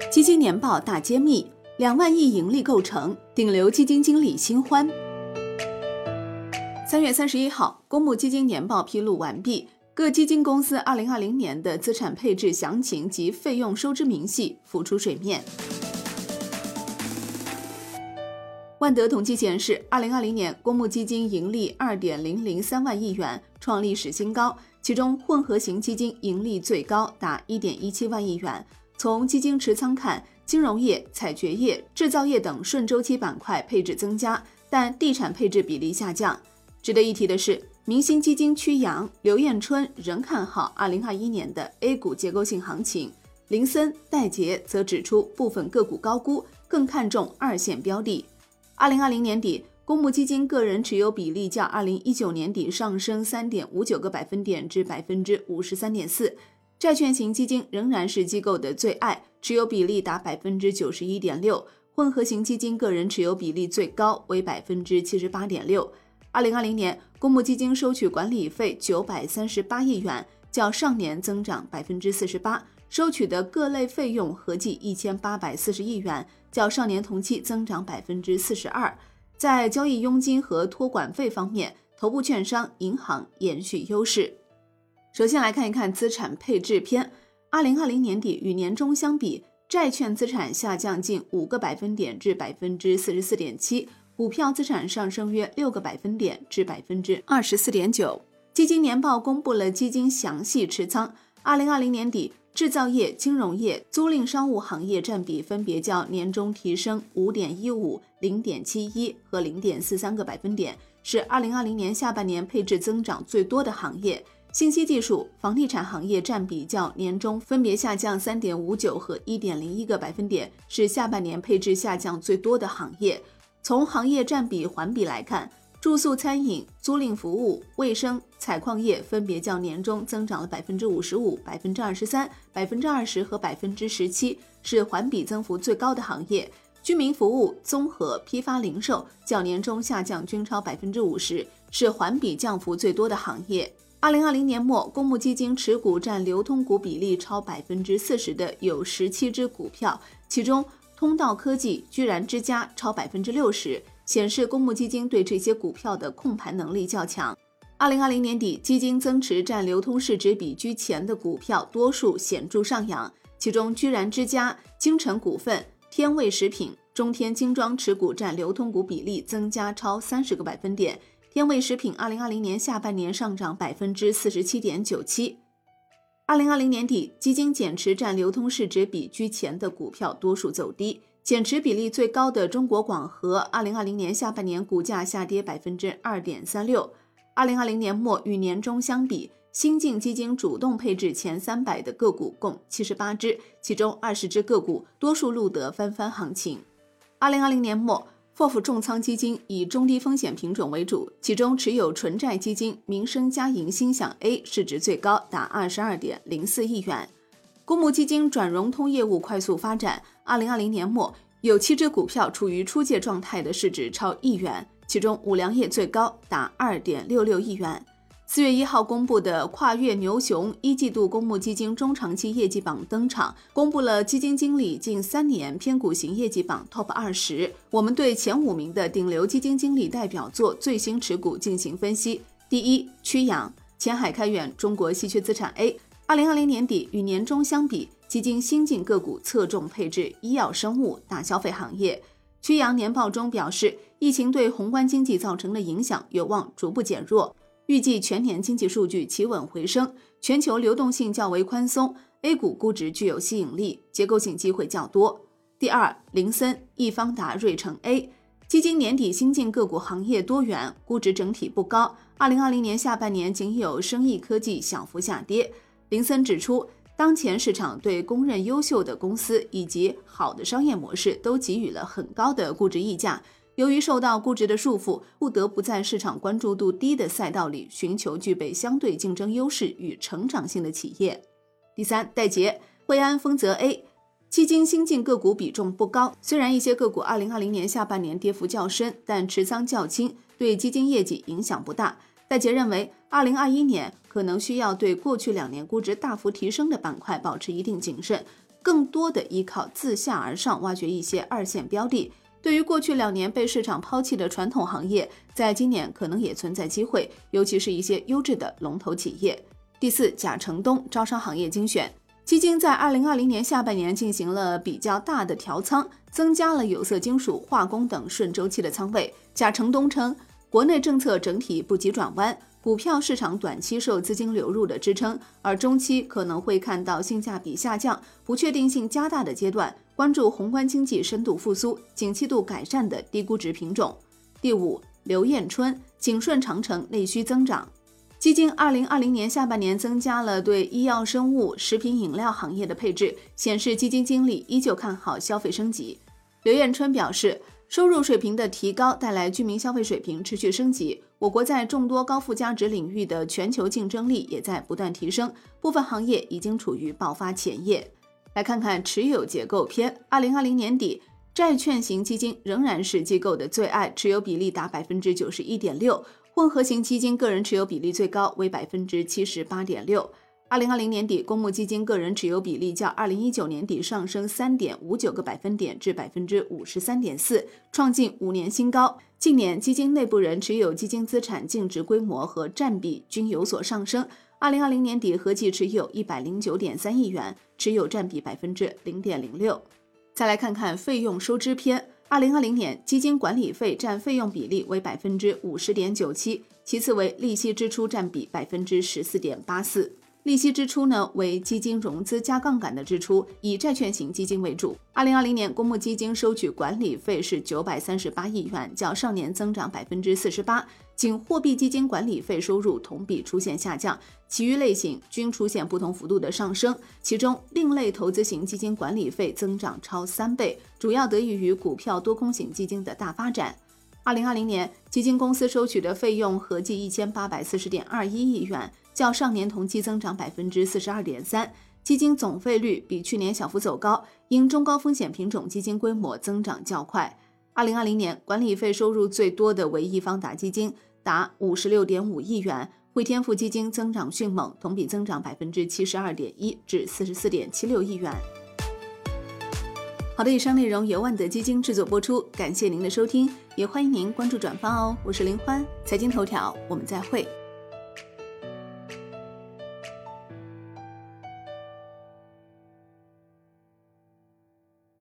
基金年报大揭秘，2万亿盈利构成，顶流基金经理新欢。3月31号，公募基金年报披露完毕，各基金公司2020年的资产配置详情及费用收支明细浮出水面。万德统计显示，2020年公募基金盈利2.003万亿元，创历史新高，其中混合型基金盈利最高，达1.17万亿元。从基金持仓看，金融业、采掘业、制造业等顺周期板块配置增加，但地产配置比例下降。值得一提的是，明星基金曲阳、刘彦春仍看好2021年的 A 股结构性行情，林森、戴杰则指出部分个股高估，更看重二线标的。2020年底，公募基金个人持有比例较2019年底上升3.59个百分点至 53.4%。债券型基金仍然是机构的最爱，持有比例达 91.6%， 混合型基金个人持有比例最高为 78.6%。2020年，公募基金收取管理费938亿元，较上年增长 48%， 收取的各类费用合计1840亿元，较上年同期增长 42%。在交易佣金和托管费方面，头部券商、银行延续优势。首先来看一看资产配置篇。2020年底与年中相比，债券资产下降近5个百分点至 44.7%， 股票资产上升约6个百分点至 24.9%。 基金年报公布了基金详细持仓。2020年底，制造业、金融业、租赁商务行业占比分别较年中提升 5.15、0.71 和 0.43个百分点，是2020年下半年配置增长最多的行业。信息技术、房地产行业占比较年中分别下降 3.59 和 1.01个百分点，是下半年配置下降最多的行业。从行业占比环比来看，住宿餐饮、租赁服务、卫生、采矿业分别较年中增长了 55%、23%、20%和 17%， 是环比增幅最高的行业。居民服务、综合、批发零售较年中下降均超 50%， 是环比降幅最多的行业。2020年末，公募基金持股占流通股比例超 40% 的有17只股票，其中通道科技、居然之家超 60%， 显示公募基金对这些股票的控盘能力较强。2020年底，基金增持占流通市值比居前的股票多数显著上扬，其中居然之家、京城股份、天味食品、中天精装持股占流通股比例增加超30个百分点。天味食品2020年下半年上涨 47.97%。 2020年底，基金减持占流通市值比居前的股票多数走低，减持比例最高的中国广核2020年下半年股价下跌 2.36%。 2020年末与年中相比，新进基金主动配置前300的个股共78只，其中20只个股多数录得翻番行情。2020年末FOF 重仓基金以中低风险品种为主，其中持有纯债基金民生佳盈心享 A 市值最高，达 22.04 亿元。公募基金转融通业务快速发展，2020年末有7只股票处于出借状态的市值超1亿元，其中五粮液最高，达 2.66 亿元。4月1号公布的跨越牛熊一季度公募基金中长期业绩榜登场，公布了基金经理近3年偏股型业绩榜 Top 20。我们对前5名的顶流基金经理代表作最新持股进行分析。第一，曲阳，前海开源中国稀缺资产 A。2020年底与年中相比，基金新进个股侧重配置医药生物、大消费行业。曲阳年报中表示，疫情对宏观经济造成的影响有望逐步减弱。预计全年经济数据企稳回升，全球流动性较为宽松， A 股估值具有吸引力，结构性机会较多。第二，林森、易方达、瑞诚 A。 基金年底新进个股行业多元，估值整体不高，2020年下半年仅有生意科技小幅下跌。林森指出，当前市场对公认优秀的公司以及好的商业模式都给予了很高的估值溢价，由于受到估值的束缚，不得不在市场关注度低的赛道里寻求具备相对竞争优势与成长性的企业。第三，戴杰、惠安丰泽 A。 基金新进个股比重不高，虽然一些个股2020年下半年跌幅较深，但持仓较轻，对基金业绩影响不大。戴杰认为2021年可能需要对过去2年估值大幅提升的板块保持一定谨慎， 更多的依靠自下而上挖掘一些二线标的。对于过去2年被市场抛弃的传统行业，在今年可能也存在机会，尤其是一些优质的龙头企业。第四，甲城东招商行业精选。基金在2020年下半年进行了比较大的调仓，增加了有色金属、化工等顺周期的仓位。甲城东称，国内政策整体不急转弯，股票市场短期受资金流入的支撑，而中期可能会看到性价比下降、不确定性加大的阶段，关注宏观经济深度复苏、景气度改善的低估值品种。第五，刘彦春景顺长城内需增长。基金2020年下半年增加了对医药生物、食品饮料行业的配置，显示基金经理依旧看好消费升级。刘彦春表示，收入水平的提高带来居民消费水平持续升级，我国在众多高附加值领域的全球竞争力也在不断提升，部分行业已经处于爆发前夜。来看看持有结构篇，2020年底，债券型基金仍然是机构的最爱，持有比例达 91.6%， 混合型基金个人持有比例最高为 78.6%。2020年底，公募基金个人持有比例较2019年底上升 3.59个百分点至 53.4%， 创近5年新高。近年基金内部人持有基金资产净值规模和占比均有所上升，2020年底合计持有 109.3 亿元，持有占比 0.06%。再来看看费用收支篇，2020年基金管理费占费用比例为 50.97%， 其次为利息支出占比 14.84%。利息支出呢为基金融资加杠杆的支出，以债券型基金为主。2020年公募基金收取管理费是938亿元，较上年增长 48%， 仅货币基金管理费收入同比出现下降，其余类型均出现不同幅度的上升，其中另类投资型基金管理费增长超3倍，主要得益于股票多空型基金的大发展。2020年基金公司收取的费用合计 1840.21 亿元，较上年同期增长 42.3%， 基金总费率比去年小幅走高，因中高风险品种基金规模增长较快。2020年管理费收入最多的为易方达基金，达 56.5 亿元，汇添富基金增长迅猛，同比增长 72.1% 至 44.76 亿元。好的，以上内容由万德基金制作播出，感谢您的收听，也欢迎您关注转发哦。我是林欢，财经头条，我们再会。